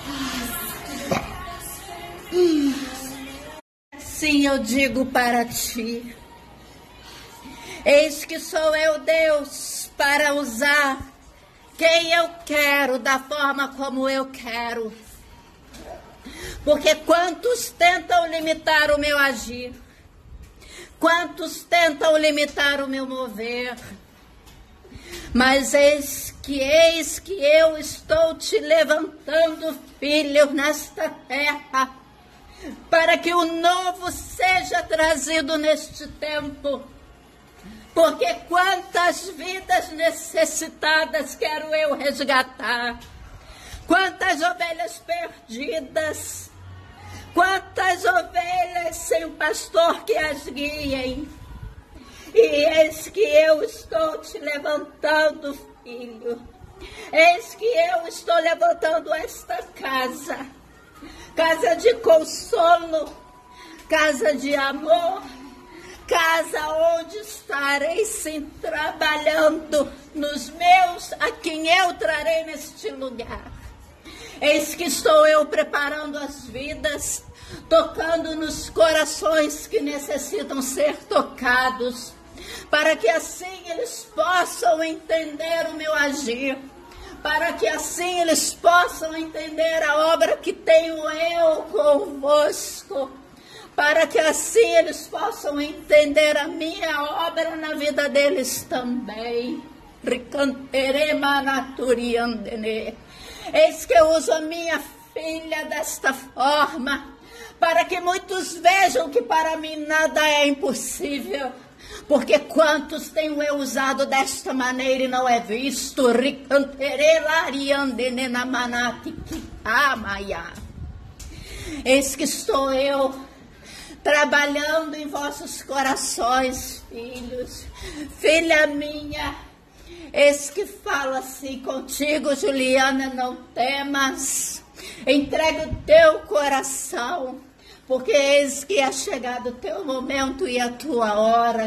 Sim, eu digo para ti, eis que sou eu, Deus, para usar quem eu quero, da forma como eu quero. Porque quantos tentam limitar o meu agir, quantos tentam limitar o meu mover, mas eis que eu estou te levantando, filho, nesta terra, para que o novo seja trazido neste tempo. Porque quantas vidas necessitadas quero eu resgatar, quantas ovelhas perdidas, quantas ovelhas sem um pastor que as guiem. E eis que eu estou te levantando, filho. Eis que eu estou levantando esta casa. Casa de consolo, casa de amor, casa onde estarei sim trabalhando nos meus, a quem eu trarei neste lugar. Eis que estou eu preparando as vidas, tocando nos corações que necessitam ser tocados, para que assim eles possam entender o meu agir, para que assim eles possam entender a obra que tenho eu convosco, para que assim eles possam entender a minha obra na vida deles também. Eis que eu uso a minha filha desta forma, para que muitos vejam que para mim nada é impossível. Porque quantos tenho eu usado desta maneira e não é visto? Eis que estou eu trabalhando em vossos corações, filhos. Filha minha, eis que falo assim contigo, Juliana, não temas. Entrega o teu coração, porque eis que é chegado o teu momento e a tua hora.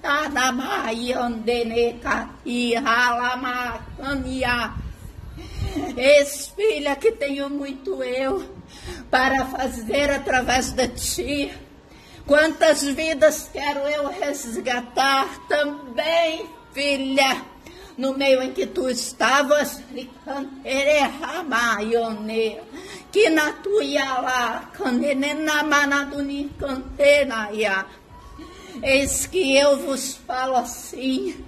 Eis, filha, que tenho muito eu para fazer através de ti. Quantas vidas quero eu resgatar também, filha, no meio em que tu estavas, que na tua lá, eis que eu vos falo assim,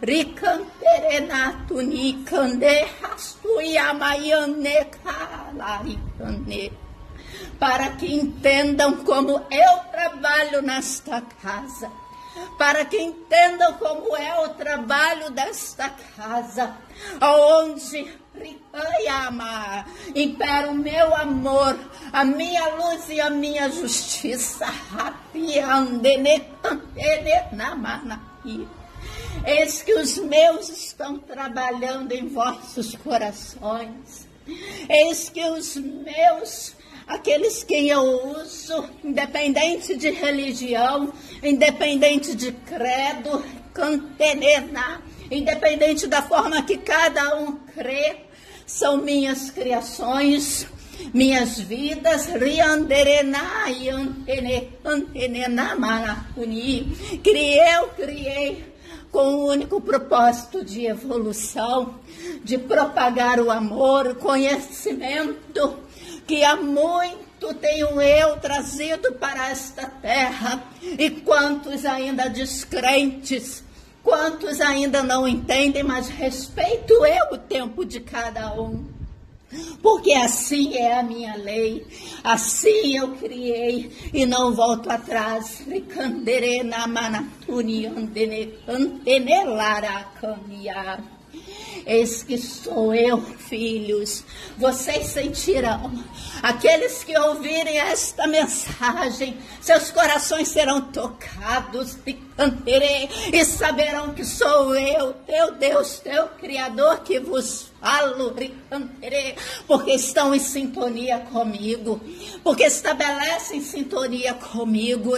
para que entendam como eu trabalho nesta casa, para que entendam como é o trabalho desta casa, onde impera o meu amor, a minha luz e a minha justiça. Eis que os meus estão trabalhando em vossos corações. Eis que os meus, aqueles que eu uso, independente de religião, independente de credo, independente da forma que cada um crê, são minhas criações, minhas vidas. Criei com o único propósito de evolução, de propagar o amor, o conhecimento que há muito tenho eu trazido para esta terra. E quantos ainda descrentes, quantos ainda não entendem, mas respeito eu o tempo de cada um. Porque assim é a minha lei, assim eu criei e não volto atrás. Eis que sou eu, filhos. Vocês sentirão. Aqueles que ouvirem esta mensagem, seus corações serão tocados e saberão que sou eu, teu Deus, teu Criador, que vos falo, porque estão em sintonia comigo, porque estabelecem sintonia comigo.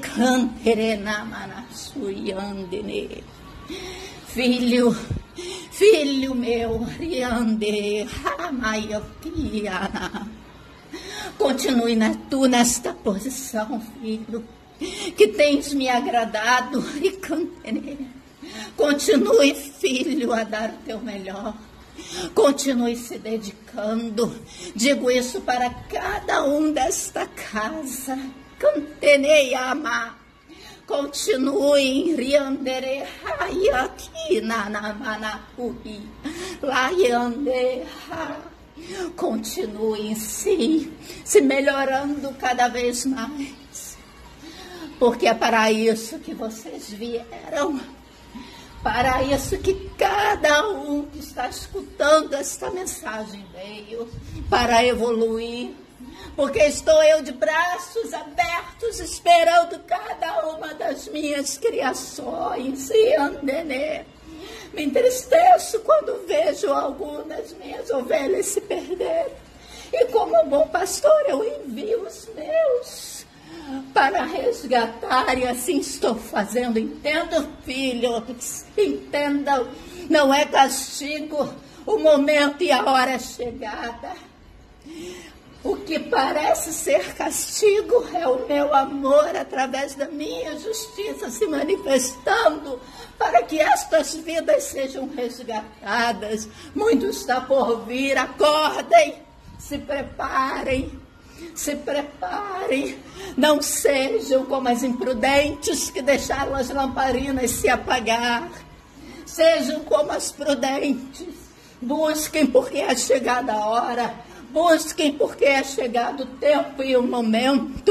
Filho, Filho meu, Riande, Ramaiopiana, continue nesta posição, filho, que tens me agradado, Ricantene. Continue, filho, a dar o teu melhor. Continue se dedicando. Digo isso para cada um desta casa. Cantenei, ama. Continue, Riandere, Hayaki, Nanamanapuri, Laiande. Continue, sim, se melhorando cada vez mais. Porque é para isso que vocês vieram. Para isso que cada um que está escutando esta mensagem veio, para evoluir. Porque estou eu de braços abertos, esperando cada uma das minhas criações. E Andene, me entristeço quando vejo algumas das minhas ovelhas se perderem. E como bom pastor, eu envio os meus para resgatar, e assim estou fazendo. Entendam, filhos, entendam, não é castigo, o momento e a hora é chegada. O que parece ser castigo é o meu amor através da minha justiça se manifestando para que estas vidas sejam resgatadas. Muito está por vir, acordem, se preparem. Se preparem, não sejam como as imprudentes que deixaram as lamparinas se apagar. Sejam como as prudentes, busquem porque é chegada a hora, busquem porque é chegado o tempo e o momento.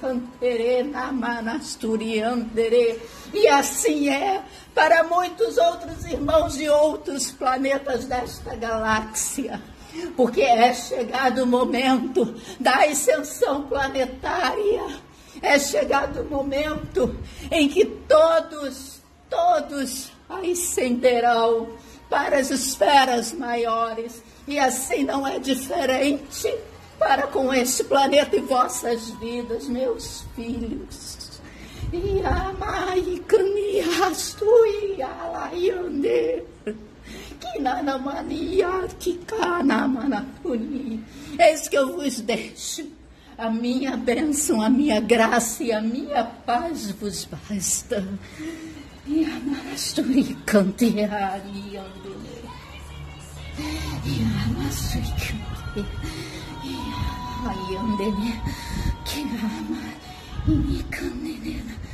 E assim é para muitos outros irmãos de outros planetas desta galáxia. Porque é chegado o momento da ascensão planetária, é chegado o momento em que todos ascenderão para as esferas maiores, e assim não é diferente para com este planeta e vossas vidas, meus filhos. Eis que eu vos deixo a minha bênção, a minha graça e a minha paz vos basta. E amarasturi canteari andene. E amasui cante. E ai andene. Que ama e canene.